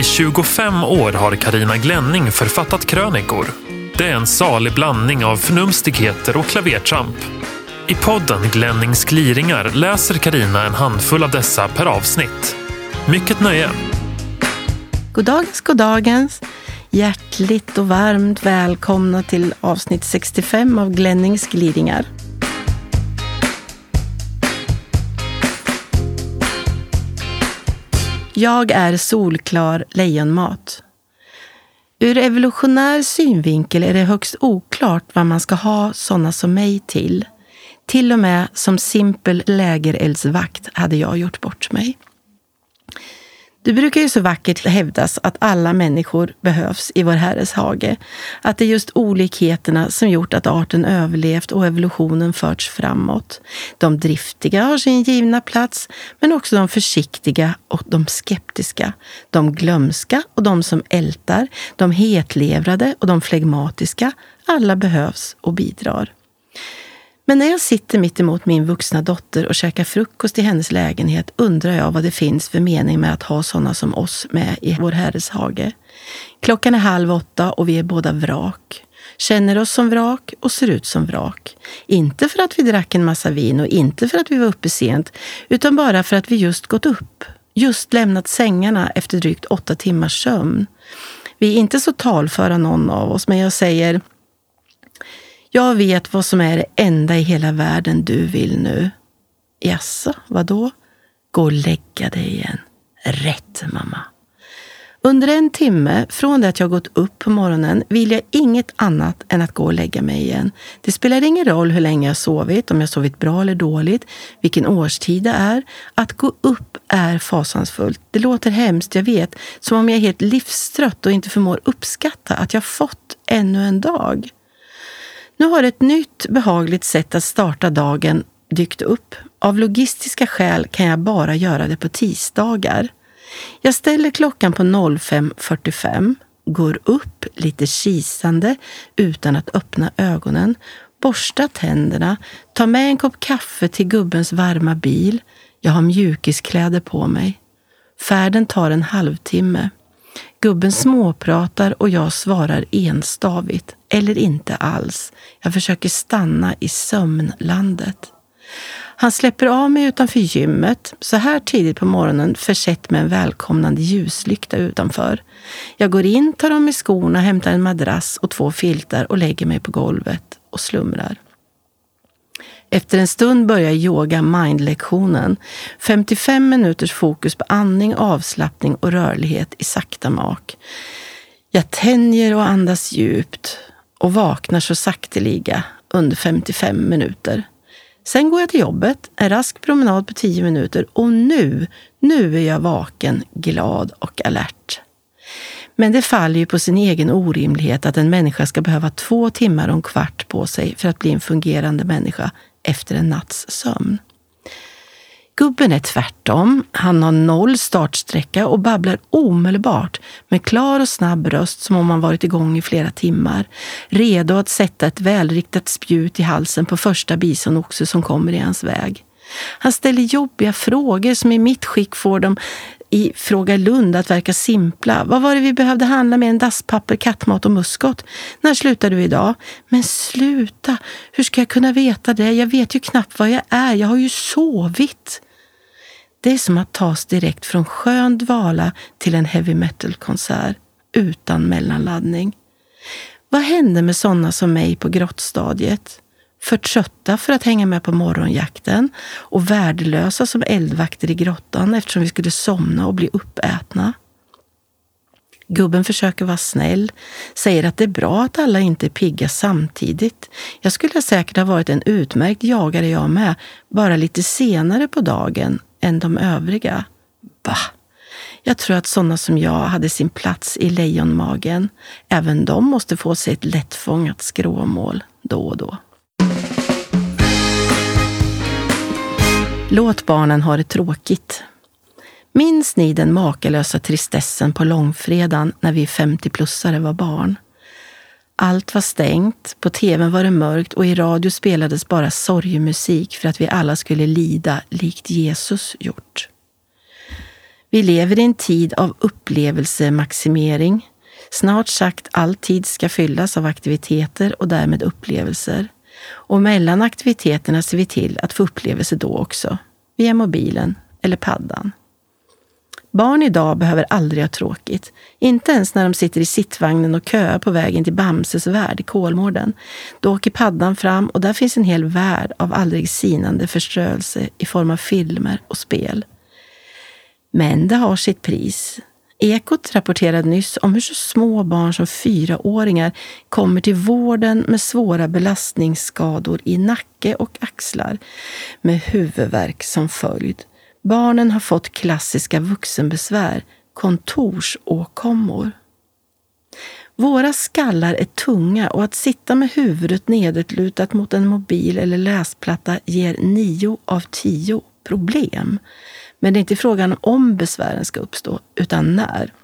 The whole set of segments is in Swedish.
I 25 år har Carina Glenning författat krönikor. Det är en salig blandning av förnumstigheter och klavertramp. I podden Glennings gliringar läser Carina en handfull av dessa per avsnitt. Mycket nöje! Goddagens. Hjärtligt och varmt välkomna till avsnitt 65 av Glennings gliringar. Jag är solklar lejonmat. Ur evolutionär synvinkel är det högst oklart vad man ska ha sådana som mig till. Till och med som simpel lägereldsvakt hade jag gjort bort mig. Det brukar ju så vackert hävdas att alla människor behövs i vår Herres hage. Att det är just olikheterna som gjort att arten överlevt och evolutionen förts framåt. De driftiga har sin givna plats, men också de försiktiga och de skeptiska. De glömska och de som ältar, de hetlevrade och de flegmatiska. Alla behövs och bidrar. Men när jag sitter mitt emot min vuxna dotter och käkar frukost i hennes lägenhet undrar jag vad det finns för mening med att ha sådana som oss med i vår Herres hage. Klockan är 7:30 och vi är båda vrak. Känner oss som vrak och ser ut som vrak. Inte för att vi drack en massa vin och inte för att vi var uppe sent, utan bara för att vi just gått upp. Just lämnat sängarna efter drygt 8 timmars sömn. Vi är inte så talföra någon av oss, men jag säger: jag vet vad som är det enda i hela världen du vill nu. Jaså, vadå? Gå och lägga dig igen. Rätt, mamma. Under 1 timme från det att jag gått upp på morgonen vill jag inget annat än att gå och lägga mig igen. Det spelar ingen roll hur länge jag sovit, om jag sovit bra eller dåligt, vilken årstid det är. Att gå upp är fasansfullt. Det låter hemskt, jag vet, som om jag är helt livstrött och inte förmår uppskatta att jag fått ännu en dag. Nu har ett nytt behagligt sätt att starta dagen dykt upp. Av logistiska skäl kan jag bara göra det på tisdagar. Jag ställer klockan på 05:45, går upp lite kisande utan att öppna ögonen, borstar tänderna, tar med en kopp kaffe till gubbens varma bil. Jag har mjukiskläder på mig. Färden tar en halvtimme. Gubben småpratar och jag svarar enstavigt, eller inte alls. Jag försöker stanna i sömnlandet. Han släpper av mig utanför gymmet, så här tidigt på morgonen försett med en välkomnande ljuslykta utanför. Jag går in, tar av mig skorna, hämtar en madrass och 2 filtar och lägger mig på golvet och slumrar. Efter en stund börjar yoga mindlektionen. 55 minuters fokus på andning, avslappning och rörlighet i sakta mak. Jag tänjer och andas djupt och vaknar så sakteliga under 55 minuter. Sen går jag till jobbet, en rask promenad på 10 minuter och nu är jag vaken, glad och alert. Men det faller ju på sin egen orimlighet att en människa ska behöva 2 timmar och en kvart på sig för att bli en fungerande människa efter en natts sömn. Gubben är tvärtom. Han har 0 startsträcka och babblar omedelbart med klar och snabb röst som om han varit igång i flera timmar. Redo att sätta ett välriktat spjut i halsen på första bisonoxe som kommer i hans väg. Han ställer jobbiga frågor som i mitt skick får dem i Fråga Lund att verka simpla. Vad var det vi behövde handla med? En dasspapper, kattmat och muskot. När slutar du idag? Men sluta! Hur ska jag kunna veta det? Jag vet ju knappt vad jag är. Jag har ju sovit. Det är som att tas direkt från skön dvala till en heavy metal-konsert utan mellanladdning. Vad hände med sådana som mig på grottstadiet? För trötta för att hänga med på morgonjakten och värdelösa som eldvakter i grottan eftersom vi skulle somna och bli uppätna. Gubben försöker vara snäll, säger att det är bra att alla inte är pigga samtidigt. Jag skulle säkert ha varit en utmärkt jagare jag med, bara lite senare på dagen än de övriga. Bah! Jag tror att sådana som jag hade sin plats i lejonmagen. Även de måste få sig ett lättfångat skråmål då och då. Låt barnen ha det tråkigt. Minns ni den makalösa tristessen på långfredagen när vi 50-plussare var barn? Allt var stängt, på tvn var det mörkt och i radio spelades bara sorgemusik för att vi alla skulle lida likt Jesus gjort. Vi lever i en tid av upplevelsemaximering. Snart sagt all tid ska fyllas av aktiviteter och därmed upplevelser. Och mellan aktiviteterna ser vi till att få upplevelser då också, via mobilen eller paddan. Barn idag behöver aldrig ha tråkigt. Inte ens när de sitter i sittvagnen och köar på vägen till Bamses värld i Kolmården. Då åker paddan fram och där finns en hel värld av aldrig sinande förströelse i form av filmer och spel. Men det har sitt pris. Ekot rapporterade nyss om hur så små barn som 4-åringar kommer till vården med svåra belastningsskador i nacke och axlar med huvudvärk som följd. Barnen har fått klassiska vuxenbesvär, kontorsåkommor. Våra skallar är tunga och att sitta med huvudet nedlutat mot en mobil eller läsplatta ger 9 av 10 problem. Men det är inte frågan om besvären ska uppstå, utan när.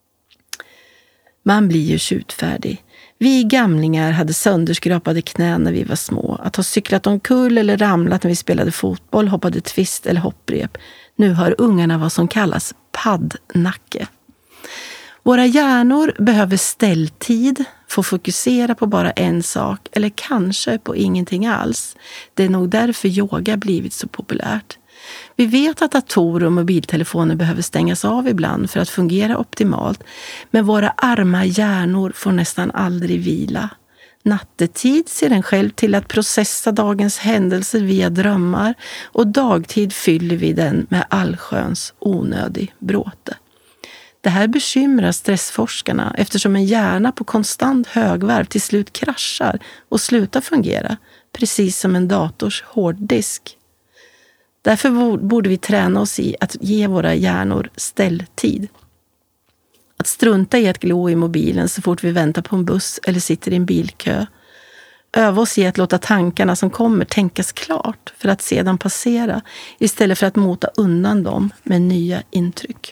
Man blir ju tjutfärdig. Vi gamlingar hade sönderskrapade knän när vi var små. Att ha cyklat omkull eller ramlat när vi spelade fotboll, hoppade twist eller hopprep. Nu har ungarna vad som kallas paddnacke. Våra hjärnor behöver ställtid, få fokusera på bara en sak eller kanske på ingenting alls. Det är nog därför yoga blivit så populärt. Vi vet att datorer och mobiltelefoner behöver stängas av ibland för att fungera optimalt, men våra arma hjärnor får nästan aldrig vila. Nattetid ser den själv till att processa dagens händelser via drömmar och dagtid fyller vi den med allsköns onödig bråte. Det här bekymrar stressforskarna eftersom en hjärna på konstant högvarv till slut kraschar och slutar fungera, precis som en dators hårddisk. Därför borde vi träna oss i att ge våra hjärnor ställtid. Att strunta i att glo i mobilen så fort vi väntar på en buss eller sitter i en bilkö. Öva oss i att låta tankarna som kommer tänkas klart för att sedan passera istället för att mota undan dem med nya intryck.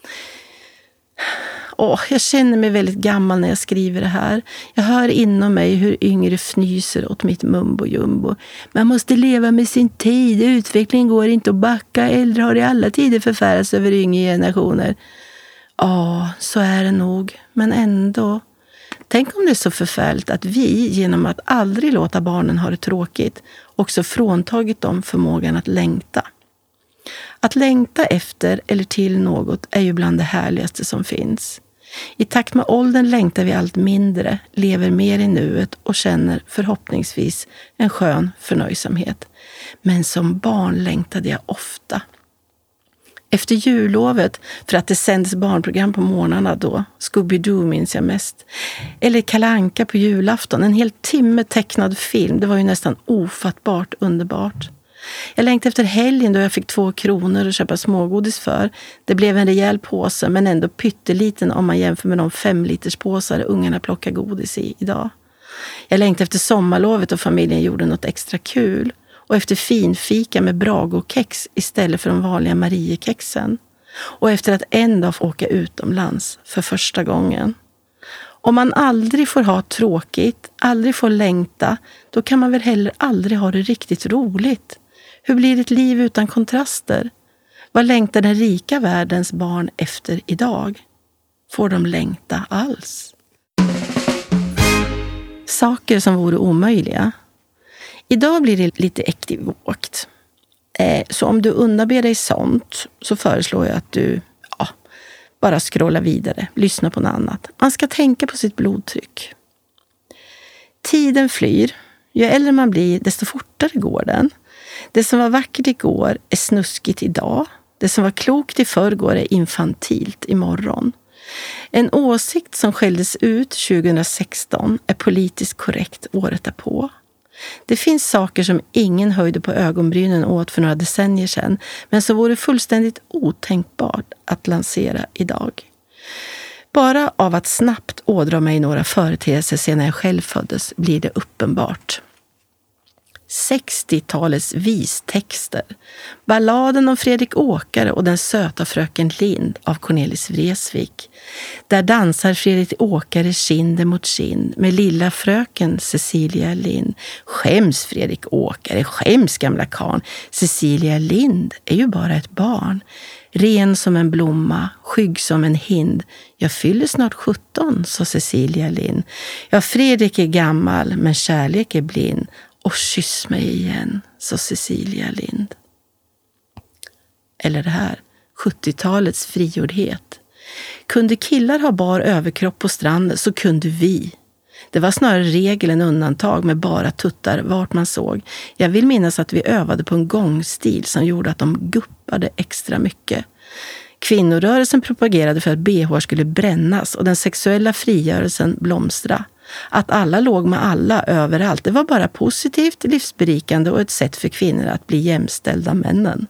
Jag känner mig väldigt gammal när jag skriver det här. Jag hör inom mig hur yngre fnyser åt mitt mumbo-jumbo. Man måste leva med sin tid. Utvecklingen går inte att backa. Äldre har i alla tider förfärats över yngre generationer. Ja, så är det nog. Men ändå. Tänk om det är så förfärligt att vi, genom att aldrig låta barnen ha det tråkigt, också fråntagit dem förmågan att längta. Att längta efter eller till något är ju bland det härligaste som finns. I takt med åldern längtar vi allt mindre, lever mer i nuet och känner förhoppningsvis en skön förnöjsamhet. Men som barn längtade jag ofta. Efter jullovet, för att det sändes barnprogram på morgnarna då, Scooby-Doo minns jag mest. Eller Kalle Anka på julafton, en hel timme tecknad film, det var ju nästan ofattbart underbart. Jag längtade efter helgen då jag fick 2 kronor att köpa smågodis för. Det blev en rejäl påse men ändå pytteliten om man jämför med de 5-liters påsar ungarna plockar godis i idag. Jag längtade efter sommarlovet och familjen gjorde något extra kul. Och efter finfika med Brago-kex istället för de vanliga Mariekexen. Och efter att en dag få åka utomlands för första gången. Om man aldrig får ha tråkigt, aldrig får längta, då kan man väl heller aldrig ha det riktigt roligt. Hur blir ett liv utan kontraster? Vad längtar den rika världens barn efter idag? Får de längta alls? Saker som vore omöjliga. Idag blir det lite ekivokt. Så om du undanber dig sånt så föreslår jag att du bara scrolla vidare, lyssna på något annat. Man ska tänka på sitt blodtryck. Tiden flyr. Ju äldre man blir, desto fortare går den. Det som var vackert igår är snuskigt idag. Det som var klokt i förrgår är infantilt imorgon. En åsikt som skälldes ut 2016 är politiskt korrekt året därpå. Det finns saker som ingen höjde på ögonbrynen åt för några decennier sedan, men som vore fullständigt otänkbart att lansera idag. Bara av att snabbt ådra mig några företeelser sedan jag själv föddes blir det uppenbart. 60-talets vistexter. Balladen om Fredrik Åkare och den söta fröken Lind av Cornelis Vreeswijk. Där dansar Fredrik Åkare kind mot kind med lilla fröken Cecilia Lind. Skäms Fredrik Åkare, skäms gamla karn. Cecilia Lind är ju bara ett barn. Ren som en blomma, skygg som en hind. Jag fyller snart 17, sa Cecilia Lind. Ja, Fredrik är gammal, men kärlek är blind. Och kyss mig igen, sa Cecilia Lind. Eller det här, 70-talets frigjordhet. Kunde killar ha bar överkropp på stranden så kunde vi. Det var snarare regel än undantag med bara tuttar vart man såg. Jag vill minnas att vi övade på en gångstil som gjorde att de guppade extra mycket. Kvinnorörelsen propagerade för att BH skulle brännas och den sexuella frigörelsen blomstra. Att alla låg med alla överallt, det var bara positivt, livsberikande och ett sätt för kvinnor att bli jämställda männen.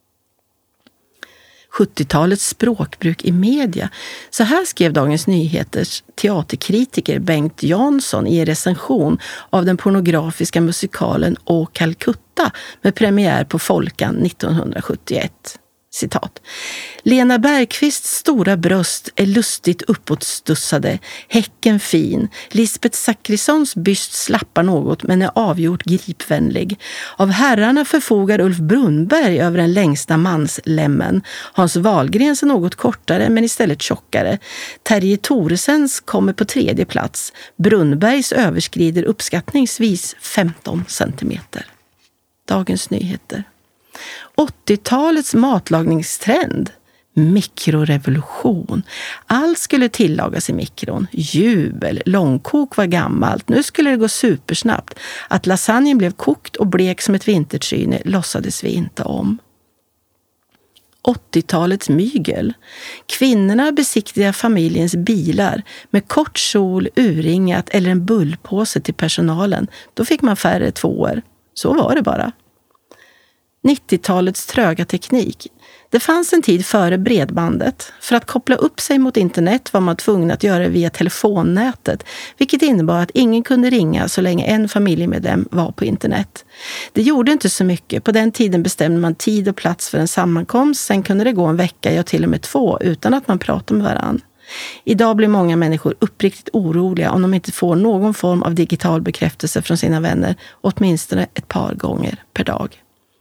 70-talets språkbruk i media. Så här skrev Dagens Nyheters teaterkritiker Bengt Jansson i en recension av den pornografiska musikalen Å Calcutta med premiär på Folkan 1971. Citat. Lena Bergqvists stora bröst är lustigt uppåtstussade, häcken fin. Lisbeth Zachrissons byst slappar något men är avgjort gripvänlig. Av herrarna förfogar Ulf Brunnberg över den längsta manslämmen. Hans Wahlgrens är något kortare men istället tjockare. Terje Thoresens kommer på 3:e plats. Brunnbergs överskrider uppskattningsvis 15 centimeter. Dagens Nyheter. 80-talets matlagningstrend. Mikrorevolution. Allt skulle tillagas i mikron. Jubel, långkok var gammalt. Nu skulle det gå supersnabbt. Att lasagnen blev kokt och blek som ett vintertryne låtsades vi inte om. 80-talets mygel. Kvinnorna besiktiga familjens bilar med kort kjol, urringat eller en bullpåse till personalen. Då fick man färre 2 år. Så var det bara. 90-talets tröga teknik. Det fanns en tid före bredbandet. För att koppla upp sig mot internet var man tvungen att göra det via telefonnätet, vilket innebar att ingen kunde ringa så länge en familjemedlem var på internet. Det gjorde inte så mycket. På den tiden bestämde man tid och plats för en sammankomst. Sen kunde det gå en vecka, ja till och med 2, utan att man pratade med varann. Idag blir många människor uppriktigt oroliga om de inte får någon form av digital bekräftelse från sina vänner, åtminstone ett par gånger per dag.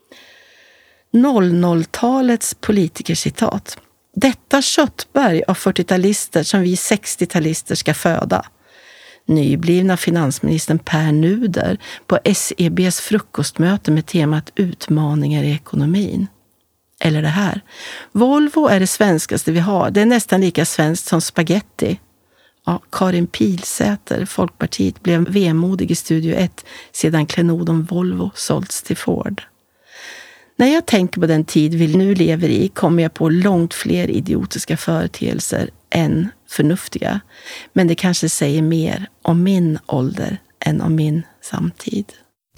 00-talets politikercitat. Detta köttberg av 40-talister som vi 60-talister ska föda. Nyblivna finansministern Per Nuder på SEBs frukostmöte med temat utmaningar i ekonomin. Eller det här. Volvo är det svenskaste vi har. Det är nästan lika svenskt som spaghetti. Ja, Karin Pilsäter, Folkpartiet, blev vemodig i Studio 1 sedan klenodon Volvo sålts till Ford. När jag tänker på den tid vi nu lever i kommer jag på långt fler idiotiska företeelser än förnuftiga. Men det kanske säger mer om min ålder än om min samtid.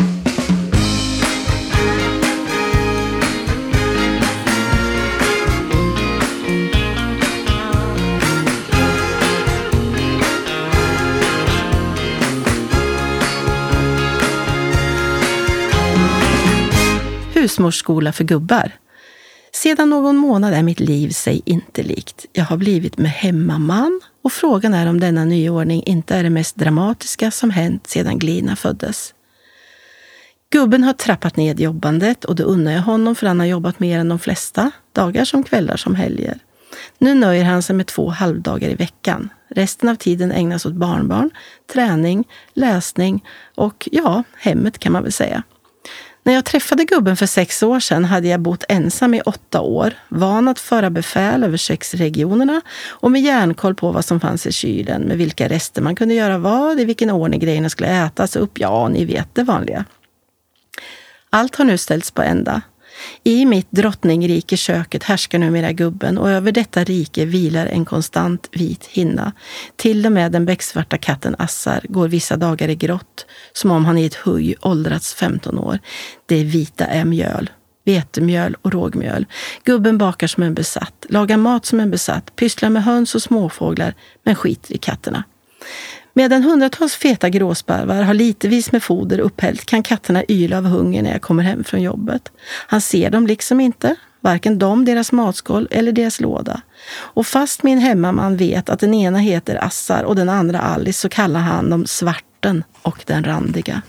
Husmorsskola för gubbar. Sedan någon månad är mitt liv sig inte likt. Jag har blivit med hemmaman och frågan är om denna nyordning inte är det mest dramatiska som hänt sedan Glina föddes. Gubben har trappat ned jobbandet och det unnar jag honom för han har jobbat mer än de flesta, dagar som kvällar som helger. Nu nöjer han sig med 2 halvdagar i veckan. Resten av tiden ägnas åt barnbarn, träning, läsning och ja, hemmet kan man väl säga. När jag träffade gubben för 6 år sedan hade jag bott ensam i 8 år, van att föra befäl över 6 regionerna och med järnkoll på vad som fanns i kylen, med vilka rester man kunde göra vad, i vilken ordning grejerna skulle ätas upp, ja ni vet det vanliga. Allt har nu ställts på ända. I mitt drottningrike köket härskar numera gubben och över detta rike vilar en konstant vit hinna. Till och med den becksvarta katten Assar går vissa dagar i grått, som om han i ett huj åldrats 15 år. Det vita är mjöl, vetemjöl och rågmjöl. Gubben bakar som en besatt, lagar mat som en besatt, pysslar med höns och småfåglar, men skiter i katterna. Medan hundratals feta gråsparvar har litevis med foder upphällt kan katterna yla av hunger när jag kommer hem från jobbet. Han ser dem liksom inte, varken dem, deras matskål eller deras låda. Och fast min hemmaman vet att den ena heter Assar och den andra Alice så kallar han dem Svarten och den randiga.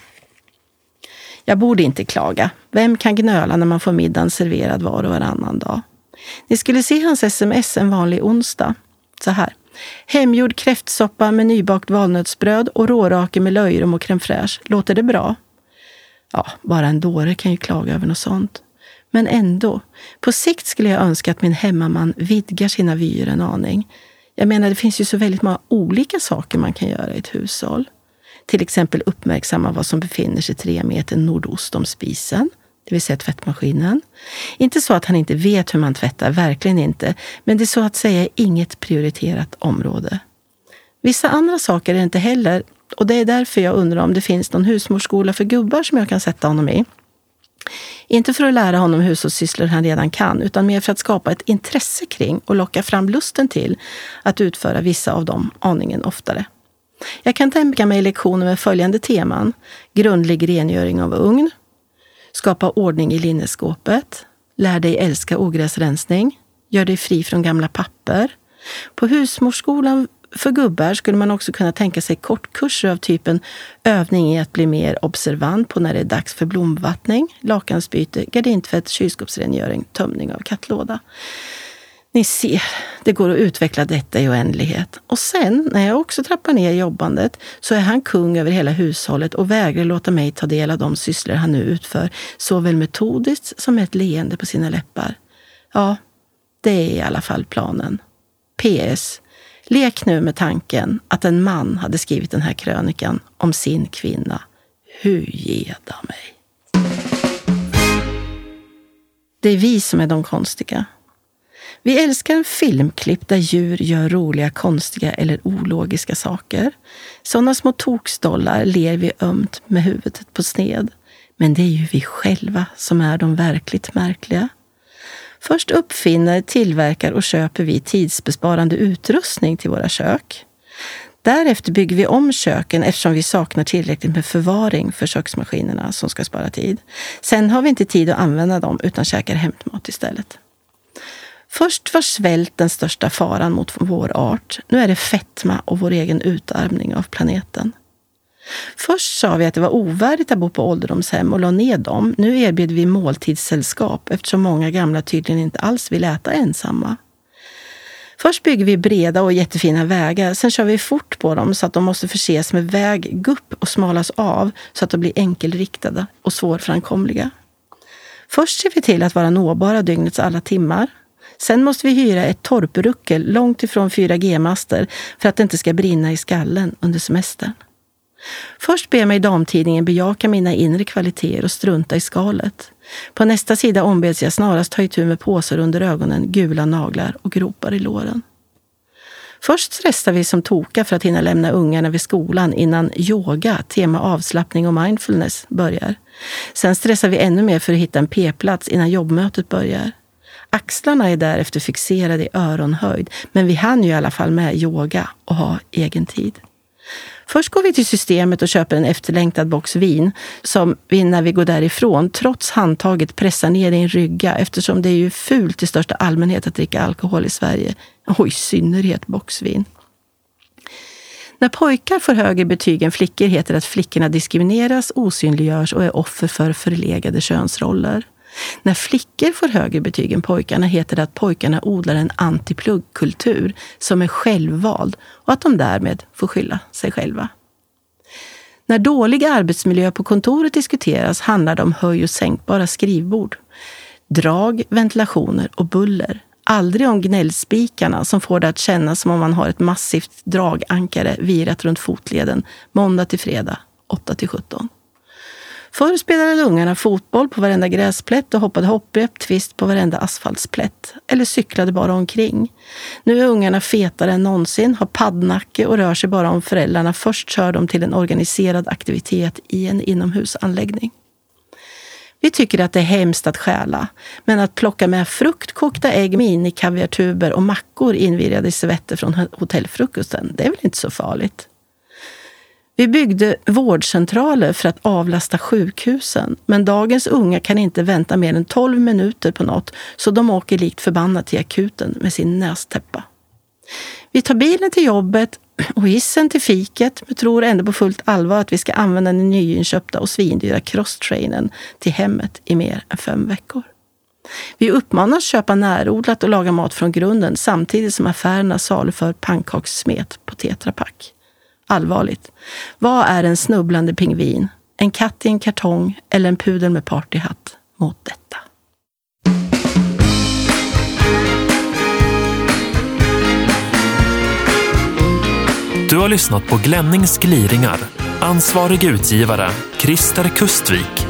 Jag borde inte klaga. Vem kan gnöla när man får middagen serverad var och varannan dag? Ni skulle se hans sms en vanlig onsdag. Så här. Hemgjord kräftsoppa med nybakt valnötsbröd och rårake med löjrom och crème fraîche. Låter det bra? Ja, bara en dåre kan ju klaga över något sånt. Men ändå, på sikt skulle jag önska att min hemmaman vidgar sina vyer en aning. Jag menar, det finns ju så väldigt många olika saker man kan göra i ett hushåll. Till exempel uppmärksamma vad som befinner sig 3 meter nordost om spisen, det vill säga tvättmaskinen. Inte så att han inte vet hur man tvättar, verkligen inte. Men det är så att säga inget prioriterat område. Vissa andra saker är inte heller, och det är därför jag undrar om det finns någon husmorsskola för gubbar som jag kan sätta honom i. Inte för att lära honom hushållssysslor han redan kan, utan mer för att skapa ett intresse kring och locka fram lusten till att utföra vissa av dem aningen oftare. Jag kan tänka mig lektioner med följande teman. Grundlig rengöring av ugn. Skapa ordning i linneskåpet. Lär dig älska ogräsrensning. Gör dig fri från gamla papper. På husmorsskolan för gubbar skulle man också kunna tänka sig kortkurser av typen övning i att bli mer observant på när det är dags för blomvattning, lakansbyte, gardintvätt, kylskåpsrengöring, tömning av kattlåda. Ni ser, det går att utveckla detta i oändlighet. Och sen, när jag också trappar ner jobbandet, så är han kung över hela hushållet och vägrar låta mig ta del av de sysslor han nu utför, såväl metodiskt som med ett leende på sina läppar. Ja, det är i alla fall planen. PS. Lek nu med tanken att en man hade skrivit den här krönikan om sin kvinna. Hur geda mig. Det är vi som är de konstiga. Vi älskar filmklipp där djur gör roliga, konstiga eller ologiska saker. Sådana små tokstollar ler vi ömt med huvudet på sned. Men det är ju vi själva som är de verkligt märkliga. Först uppfinner, tillverkar och köper vi tidsbesparande utrustning till våra kök. Därefter bygger vi om köken eftersom vi saknar tillräckligt med förvaring för köksmaskinerna som ska spara tid. Sen har vi inte tid att använda dem utan käkar hämtmat istället. Först var svält den största faran mot vår art. Nu är det fetma och vår egen utarmning av planeten. Först sa vi att det var ovärdigt att bo på ålderdomshem och la ner dem. Nu erbjuder vi måltidssällskap eftersom många gamla tydligen inte alls vill äta ensamma. Först bygger vi breda och jättefina vägar. Sen kör vi fort på dem så att de måste förses med väggupp och smalas av så att de blir enkelriktade och svårframkomliga. Först ser vi till att vara nåbara dygnets alla timmar. Sen måste vi hyra ett torpruckel långt ifrån 4G-master för att det inte ska brinna i skallen under semestern. Först ber mig damtidningen bejaka mina inre kvaliteter och strunta i skalet. På nästa sida ombeds jag snarast ta itu med påsar under ögonen, gula naglar och gropar i låren. Först stressar vi som toka för att hinna lämna ungarna vid skolan innan yoga, tema avslappning och mindfulness börjar. Sen stressar vi ännu mer för att hitta en p-plats innan jobbmötet börjar. Axlarna är därefter fixerade i öronhöjd, men vi hann ju i alla fall med yoga och ha egen tid. Först går vi till systemet och köper en efterlängtad box vin som vi när vi går därifrån trots handtaget pressar ner i en rygga eftersom det är ju fult i största allmänhet att dricka alkohol i Sverige. Och i synnerhet boxvin. När pojkar får högre betyg än flickor heter det att flickorna diskrimineras, osynliggörs och är offer för förlegade könsroller. När flickor får högre betyg än pojkarna heter det att pojkarna odlar en antipluggkultur som är självvald och att de därmed får skylla sig själva. När dålig arbetsmiljö på kontoret diskuteras handlar det om höj- och sänkbara skrivbord. Drag, ventilationer och buller. Aldrig om gnällspikarna som får det att kännas som om man har ett massivt dragankare virat runt fotleden måndag till fredag 8-17. Förr spelade ungarna fotboll på varenda gräsplätt och hoppade hopprep twist på varenda asfaltsplätt. Eller cyklade bara omkring. Nu är ungarna fetare än någonsin, har paddnacke och rör sig bara om föräldrarna först kör dem till en organiserad aktivitet i en inomhusanläggning. Vi tycker att det är hemskt att stjäla, men att plocka med frukt, kokta ägg, minikaviartuber och mackor invirade i servetter från hotellfrukosten, det är väl inte så farligt. Vi byggde vårdcentraler för att avlasta sjukhusen, men dagens unga kan inte vänta mer än 12 minuter på något, så de åker likt förbannat till akuten med sin nästäppa. Vi tar bilen till jobbet och hissen till fiket, men tror ändå på fullt allvar att vi ska använda den nyinköpta och svindyra crosstrainen till hemmet i mer än 5 veckor. Vi uppmanas köpa närodlat och laga mat från grunden samtidigt som affärerna saluför pannkakssmet på tetrapack. Allvarligt. Vad är en snubblande pingvin, en katt i en kartong eller en pudel med partyhatt mot detta? Du har lyssnat på Glennings gliringar. Ansvarig utgivare Christer Kustvik.